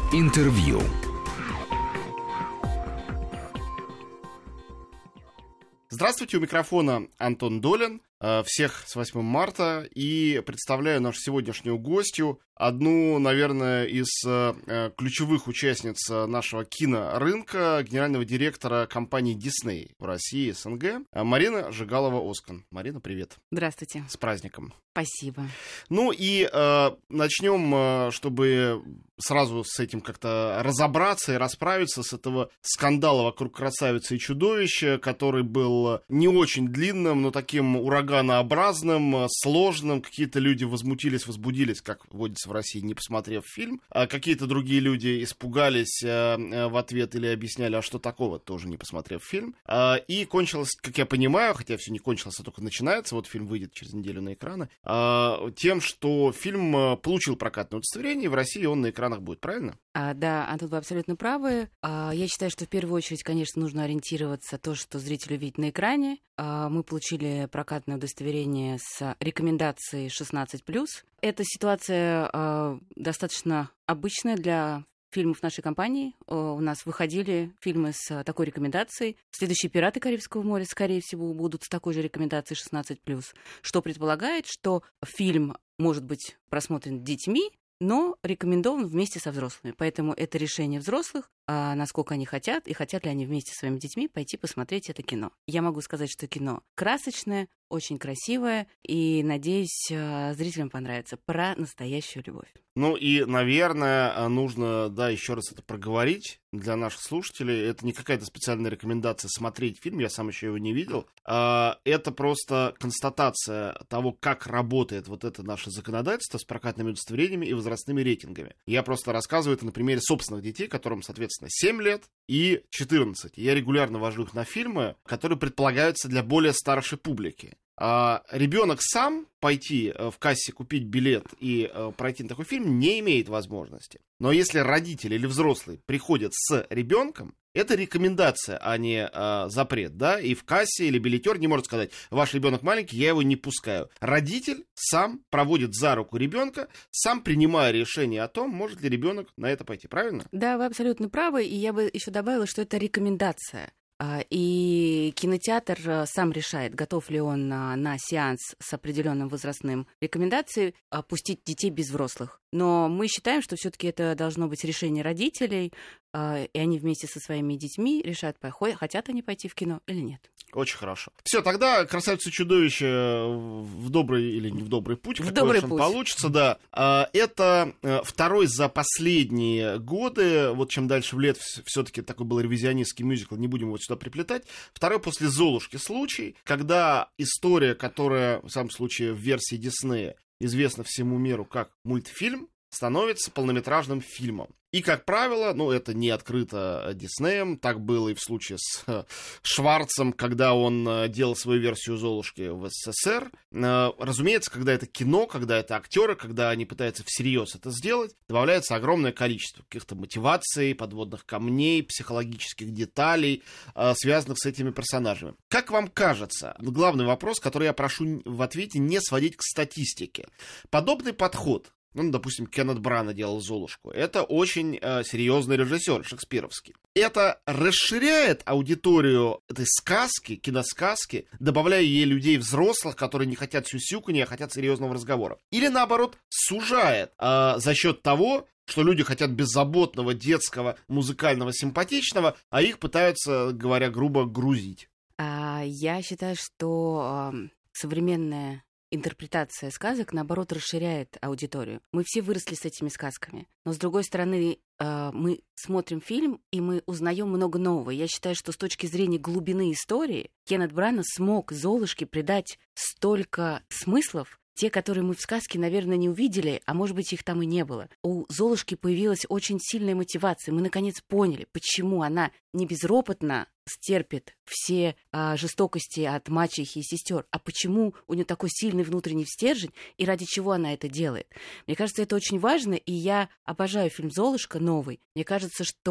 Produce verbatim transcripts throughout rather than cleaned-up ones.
Интервью. Здравствуйте, у микрофона Антон Долин. Всех с восьмым марта. И представляю нашу сегодняшнюю гостью, одну, наверное, из э, ключевых участниц нашего кинорынка, генерального директора компании Disney в России, СНГ, Марина Жигалова-Оскан. Марина, привет. Здравствуйте. С праздником. Спасибо. Ну и э, начнем, чтобы сразу с этим как-то разобраться и расправиться с этого скандала вокруг «Красавицы и чудовища», который был не очень длинным, но таким ураганообразным, сложным. Какие-то люди возмутились, возбудились, как водится в России, не посмотрев фильм. А какие-то другие люди испугались э, в ответ или объясняли, а что такого, тоже не посмотрев фильм. А, и кончилось, как я понимаю, хотя все не кончилось, а только начинается, вот фильм выйдет через неделю на экраны, а, тем, что фильм получил прокатное удостоверение, и в России он на экранах будет, правильно? А, да, Антон, вы абсолютно правы. А, я считаю, что в первую очередь, конечно, нужно ориентироваться на то, что зритель увидит на экране. А, мы получили прокатное удостоверение с рекомендацией шестнадцать плюс. Эта ситуация а, достаточно обычная для фильмов нашей компании. У нас выходили фильмы с такой рекомендацией. Следующие «Пираты Карибского моря», скорее всего, будут с такой же рекомендацией шестнадцать плюс, что предполагает, что фильм может быть просмотрен детьми, но рекомендован вместе со взрослыми. Поэтому это решение взрослых, а насколько они хотят, и хотят ли они вместе со своими детьми пойти посмотреть это кино. Я могу сказать, что кино красочное, очень красивое, и, надеюсь, зрителям понравится. Про настоящую любовь. Ну и, наверное, нужно, да, еще раз это проговорить для наших слушателей. Это не какая-то специальная рекомендация смотреть фильм, я сам еще его не видел. Это просто констатация того, как работает вот это наше законодательство с прокатными удостоверениями и возрастными рейтингами. Я просто рассказываю это на примере собственных детей, которым, соответственно, семь лет и четырнадцать. Я регулярно вожу их на фильмы, которые предполагаются для более старшей публики. А ребенок сам пойти в кассе купить билет и э, пройти на такой фильм не имеет возможности. Но если родители или взрослый приходят с ребенком, это рекомендация, а не э, запрет, да, и в кассе или билетер не может сказать: ваш ребенок маленький, я его не пускаю. Родитель сам проводит за руку ребенка, сам принимая решение о том, может ли ребенок на это пойти, правильно? Да, вы абсолютно правы, и я бы еще добавила, что это рекомендация. И кинотеатр сам решает, готов ли он на, на сеанс с определенным возрастным рекомендацией пустить детей без взрослых. Но мы считаем, что все-таки это должно быть решение родителей, и они вместе со своими детьми решают, хотят они пойти в кино или нет. Очень хорошо. Все, тогда «Красавица и чудовище» в добрый или не в добрый путь, в добрый путь. Получится, да. Это второй за последние годы, вот чем дальше в лет, все-таки такой был ревизионистский мюзикл, не будем его сюда приплетать. Второй после «Золушки» случай, когда история, которая, в самом случае, в версии Диснея известна всему миру как мультфильм, становится полнометражным фильмом. И, как правило, ну, это не открыто Диснеем, так было и в случае с э, Шварцем, когда он э, делал свою версию «Золушки» в СССР. Э, разумеется, когда это кино, когда это актеры, когда они пытаются всерьез это сделать, добавляется огромное количество каких-то мотиваций, подводных камней, психологических деталей, э, связанных с этими персонажами. Как вам кажется, главный вопрос, который я прошу в ответе не сводить к статистике. Подобный подход, ну, допустим, Кеннет Брана делал «Золушку». Это очень э, серьезный режиссер, шекспировский. Это расширяет аудиторию этой сказки, киносказки, добавляя ей людей взрослых, которые не хотят сюсюканья, а хотят серьезного разговора. Или, наоборот, сужает э, за счет того, что люди хотят беззаботного, детского, музыкального, симпатичного, а их пытаются, говоря грубо, грузить. А, я считаю, что э, современная интерпретация сказок, наоборот, расширяет аудиторию. Мы все выросли с этими сказками. Но, с другой стороны, мы смотрим фильм, и мы узнаем много нового. Я считаю, что с точки зрения глубины истории Кеннет Брана смог «Золушке» придать столько смыслов, те, которые мы в сказке, наверное, не увидели, а может быть, их там и не было. У «Золушки» появилась очень сильная мотивация. Мы, наконец, поняли, почему она не безропотно стерпит все а, жестокости от мачехи и сестер, а почему у нее такой сильный внутренний стержень и ради чего она это делает. Мне кажется, это очень важно, и я обожаю фильм «Золушка» новый. Мне кажется, что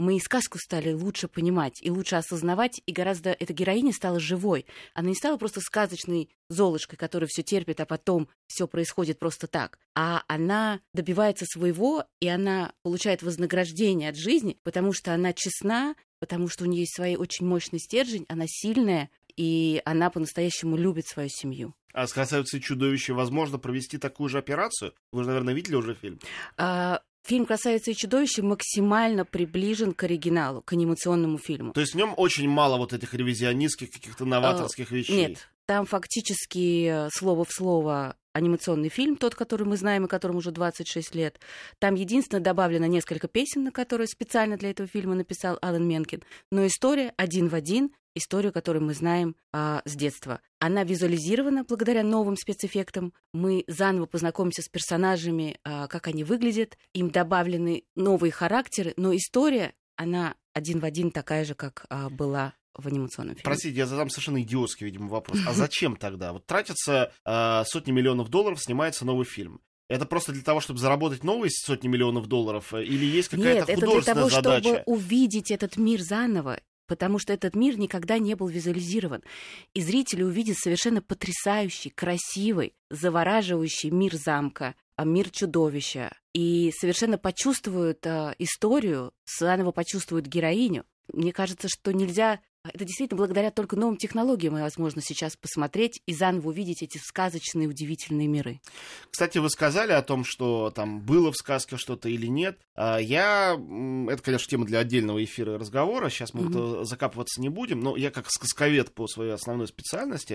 мы и сказку стали лучше понимать и лучше осознавать, и гораздо эта героиня стала живой. Она не стала просто сказочной Золушкой, которая все терпит, а потом все происходит просто так. А она добивается своего, и она получает вознаграждение от жизни, потому что она честна, потому что у нее есть свой очень мощный стержень, она сильная, и она по-настоящему любит свою семью. А с «Красавицей и чудовищем» возможно провести такую же операцию? Вы же, наверное, видели уже фильм? А, фильм «Красавица и чудовище» максимально приближен к оригиналу, к анимационному фильму. То есть в нем очень мало вот этих ревизионистских, каких-то новаторских а, вещей? Нет, там фактически слово в слово анимационный фильм, тот, который мы знаем и которому уже двадцать шесть лет. Там единственное добавлено несколько песен, на которые специально для этого фильма написал Алан Менкен, но история один в один, историю, которую мы знаем а, с детства. Она визуализирована благодаря новым спецэффектам. Мы заново познакомимся с персонажами, а, как они выглядят. Им добавлены новые характеры, но история, она один в один такая же, как а, была в анимационном фильме. Простите, я задам совершенно идиотский, видимо, вопрос. А зачем тогда? Вот тратятся а, сотни миллионов долларов, снимается новый фильм. Это просто для того, чтобы заработать новые сотни миллионов долларов? Или есть какая-то Нет, художественная это для того, задача? чтобы увидеть этот мир заново, потому что этот мир никогда не был визуализирован. И зрители увидят совершенно потрясающий, красивый, завораживающий мир замка, мир чудовища. И совершенно почувствуют э, историю, заново почувствуют героиню. Мне кажется, что нельзя... Это действительно благодаря только новым технологиям возможно сейчас посмотреть и заново увидеть эти сказочные, удивительные миры. Кстати, вы сказали о том, что там было в сказке что-то или нет. Я... Это, конечно, тема для отдельного эфира и разговора. Сейчас мы mm-hmm. закапываться не будем. Но я как сказковед по своей основной специальности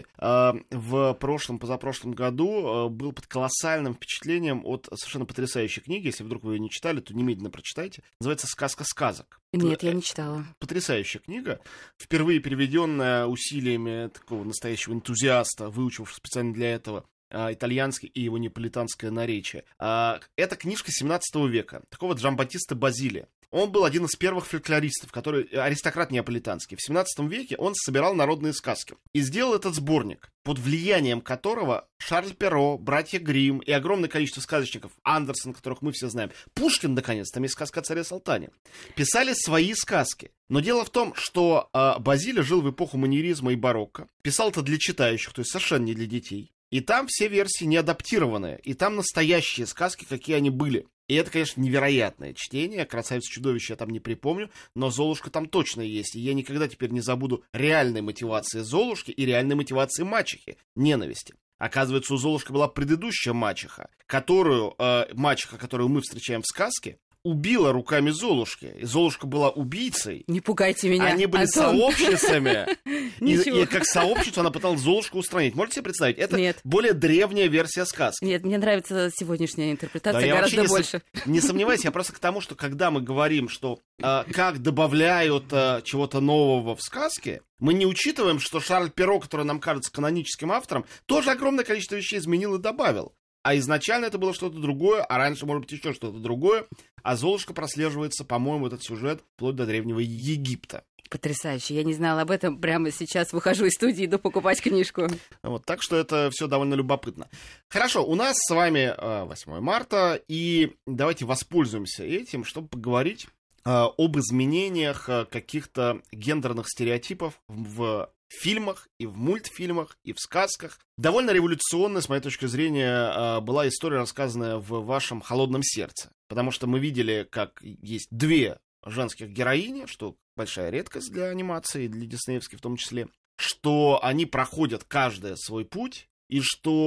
в прошлом, позапрошлом году был под колоссальным впечатлением от совершенно потрясающей книги. Если вдруг вы ее не читали, то немедленно прочитайте. Называется «Сказка сказок». Нет, я не читала. Потрясающая книга. Впервые переведенная усилиями такого настоящего энтузиаста, выучившего специально для этого итальянский и его неаполитанское наречие. Это книжка семнадцатого века, такого Джамбаттиста Базилия. Он был один из первых фольклористов, который аристократ неаполитанский. В семнадцатом веке он собирал народные сказки. И сделал этот сборник, под влиянием которого Шарль Перро, братья Гримм и огромное количество сказочников, Андерсон, которых мы все знаем, Пушкин, наконец, там есть сказка о царе Салтане, писали свои сказки. Но дело в том, что э, Базилий жил в эпоху маньеризма и барокко, писал это для читающих, то есть совершенно не для детей. И там все версии не адаптированные, и там настоящие сказки, какие они были. И это, конечно, невероятное чтение. «Красавицу и чудовище» я там не припомню, но «Золушка» там точно есть. И я никогда теперь не забуду реальной мотивации Золушки и реальной мотивации мачехи, ненависти. Оказывается, у Золушки была предыдущая мачеха, которую, э, мачеха, которую мы встречаем в сказке, убила руками Золушки. И Золушка была убийцей. Не пугайте меня, Они были Антон. сообщницами. И, и как сообщество она пыталась Золушку устранить. Можете себе представить? Это Нет. более древняя версия сказки. Нет, мне нравится сегодняшняя интерпретация, Да, гораздо не больше. Со... Не сомневаюсь, я просто к тому, что когда мы говорим, что э, как добавляют э, чего-то нового в сказке, мы не учитываем, что Шарль Перро, который нам кажется каноническим автором, тоже огромное количество вещей изменил и добавил. А изначально это было что-то другое, а раньше, может быть, еще что-то другое. А Золушка прослеживается, по-моему, этот сюжет вплоть до Древнего Египта. Потрясающе. Я не знала об этом. Прямо сейчас выхожу из студии, иду покупать книжку. Вот, так что это все довольно любопытно. Хорошо, у нас с вами восьмое марта, и давайте воспользуемся этим, чтобы поговорить об изменениях каких-то гендерных стереотипов в фильмах, и в мультфильмах, и в сказках. Довольно революционная, с моей точки зрения, была история, рассказанная в вашем «Холодном сердце». Потому что мы видели, как есть две женских героини, что большая редкость для анимации, для диснеевской в том числе, что они проходят каждая свой путь, и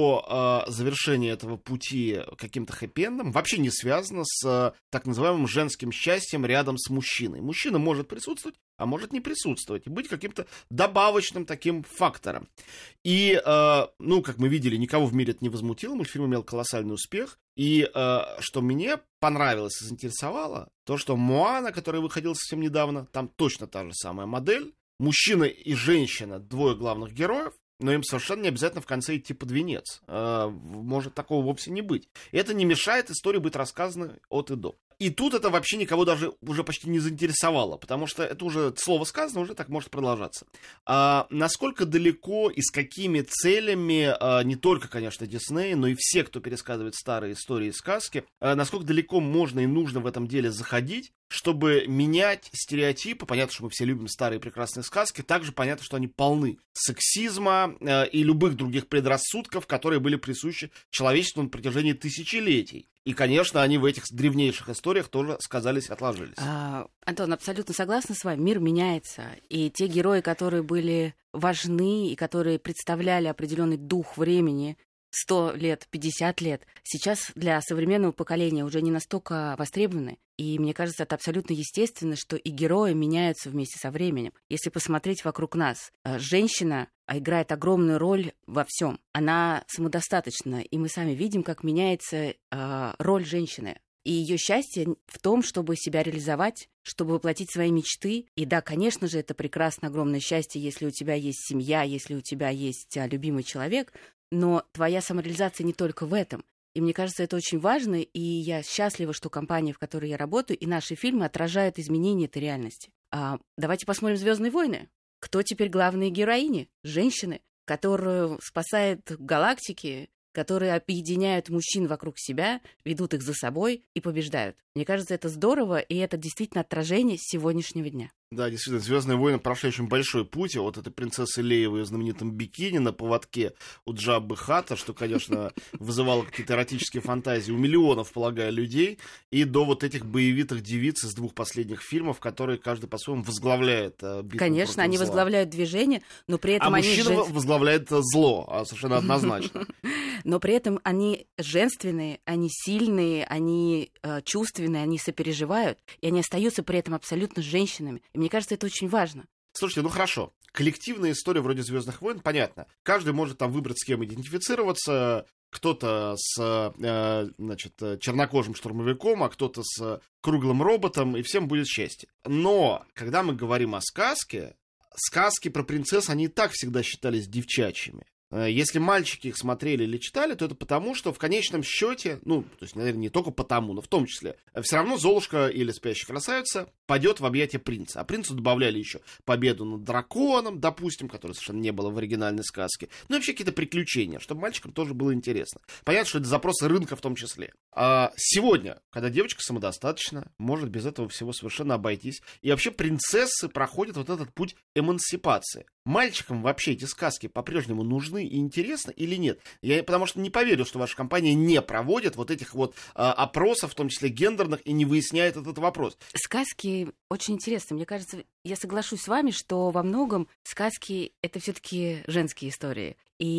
что э, завершение этого пути каким-то хэппи-эндом вообще не связано с э, так называемым женским счастьем рядом с мужчиной. Мужчина может присутствовать, а может не присутствовать, и быть каким-то добавочным таким фактором. И, э, ну, как мы видели, никого в мире это не возмутило, мультфильм имел колоссальный успех, и э, что мне понравилось и заинтересовало, то, что «Моана», который выходил совсем недавно, там точно та же самая модель, мужчина и женщина, двое главных героев, но им совершенно не обязательно в конце идти под венец. Может такого вовсе не быть. И это не мешает истории быть рассказанной от и до. И тут это вообще никого даже уже почти не заинтересовало, потому что это уже слово сказано, уже так может продолжаться. А насколько далеко и с какими целями, а, не только, конечно, Дисней, но и все, кто пересказывает старые истории и сказки, а, насколько далеко можно и нужно в этом деле заходить, чтобы менять стереотипы. Понятно, что мы все любим старые прекрасные сказки. Также понятно, что они полны сексизма э, и любых других предрассудков, которые были присущи человечеству на протяжении тысячелетий. И, конечно, они в этих древнейших историях тоже сказались, отложились. А, Антон, абсолютно согласна с вами. Мир меняется. И те герои, которые были важны и которые представляли определенный дух времени, сто лет, пятьдесят лет, сейчас для современного поколения уже не настолько востребованы. И мне кажется, это абсолютно естественно, что и герои меняются вместе со временем. Если посмотреть вокруг нас, женщина играет огромную роль во всем. Она самодостаточна, и мы сами видим, как меняется э, роль женщины. И ее счастье в том, чтобы себя реализовать, чтобы воплотить свои мечты. И да, конечно же, это прекрасно, огромное счастье, если у тебя есть семья, если у тебя есть а, любимый человек. Но твоя самореализация не только в этом. И мне кажется, это очень важно, и я счастлива, что компания, в которой я работаю, и наши фильмы отражают изменения этой реальности. А, давайте посмотрим «Звездные войны». Кто теперь главные героини? Женщины, которые спасают галактики, которые объединяют мужчин вокруг себя, ведут их за собой и побеждают. Мне кажется, это здорово, и это действительно отражение сегодняшнего дня. Да, действительно, «Звездные войны» прошли очень большой путь. А вот эта принцесса Лея в ее знаменитом бикини на поводке у Джаббы Хатта, что, конечно, вызывало какие-то эротические фантазии у миллионов, полагаю, людей, и до вот этих боевитых девиц из двух последних фильмов, которые каждый по-своему возглавляет битву. Конечно, они зла. возглавляют движение, но при этом а они... мужчина жен... возглавляет зло, совершенно однозначно. Но при этом они женственные, они сильные, они э, чувственные, они сопереживают, и они остаются при этом абсолютно женщинами. И мне кажется, это очень важно. Слушайте, ну хорошо. Коллективная история вроде «Звездных войн», понятно. Каждый может там выбрать, с кем идентифицироваться. Кто-то с э, значит, чернокожим штурмовиком, а кто-то с круглым роботом, и всем будет счастье. Но, когда мы говорим о сказке, сказки про принцесс, они и так всегда считались девчачьими. Если мальчики их смотрели или читали, то это потому, что в конечном счете, ну, то есть, наверное, не только потому, но в том числе, все равно Золушка или Спящая красавица падет в объятия принца. А принцу добавляли еще победу над драконом, допустим, которой совершенно не было в оригинальной сказке. Ну и вообще какие-то приключения, чтобы мальчикам тоже было интересно. Понятно, что это запросы рынка в том числе. А сегодня, когда девочка самодостаточна, может без этого всего совершенно обойтись. И вообще принцессы проходят вот этот путь эмансипации. Мальчикам вообще эти сказки по-прежнему нужны и интересны или нет? Я потому что не поверю, что ваша компания не проводит вот этих вот а, опросов, в том числе гендерных, и не выясняет этот вопрос. Сказки очень интересны. Мне кажется, я соглашусь с вами, что во многом сказки — это все-таки женские истории.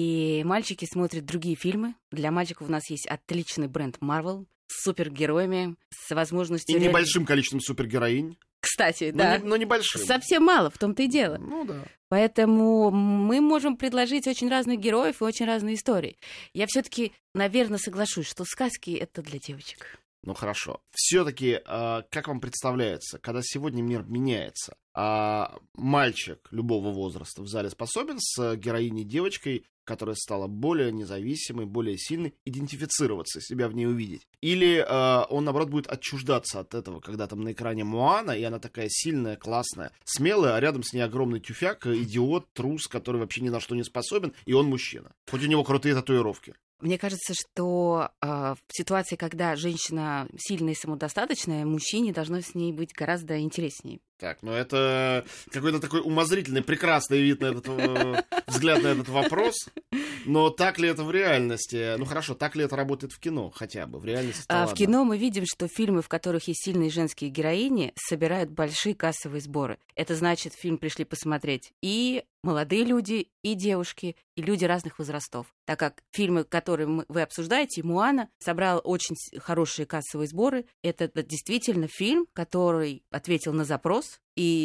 И мальчики смотрят другие фильмы. Для мальчиков у нас есть отличный бренд Marvel с супергероями, с возможностью... И небольшим количеством супергероинь. Кстати, но да. Не, но небольшим. Совсем мало, в том-то и дело. Ну да. Поэтому мы можем предложить очень разных героев и очень разные истории. Я все-таки, наверное, соглашусь, что сказки — это для девочек. Ну хорошо. Все-таки, э, как вам представляется, когда сегодня мир меняется, а мальчик любого возраста в зале способен с героиней девочкой, которая стала более независимой, более сильной, идентифицироваться, себя в ней увидеть? Или э, он, наоборот, будет отчуждаться от этого, когда там на экране Моана, и она такая сильная, классная, смелая, а рядом с ней огромный тюфяк, идиот, трус, который вообще ни на что не способен, и он мужчина. Хоть у него крутые татуировки. Мне кажется, что э, в ситуации, когда женщина сильная и самодостаточная, мужчине должно с ней быть гораздо интереснее. Так, ну это какой-то такой умозрительный, прекрасный вид на этот э, взгляд на этот вопрос. Но так ли это в реальности? Ну хорошо, так ли это работает в кино хотя бы? В реальности а, ладно. В кино мы видим, что фильмы, в которых есть сильные женские героини, собирают большие кассовые сборы. Это значит, фильм пришли посмотреть и молодые люди, и девушки, и люди разных возрастов. Так как фильмы, которые мы, вы обсуждаете, «Моана» собрал очень хорошие кассовые сборы. Это, это действительно фильм, который ответил на запрос,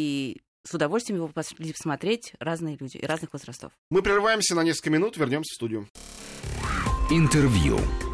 и с удовольствием его пошли посмотреть разные люди и разных возрастов. Мы прерываемся на несколько минут, вернемся в студию. Интервью.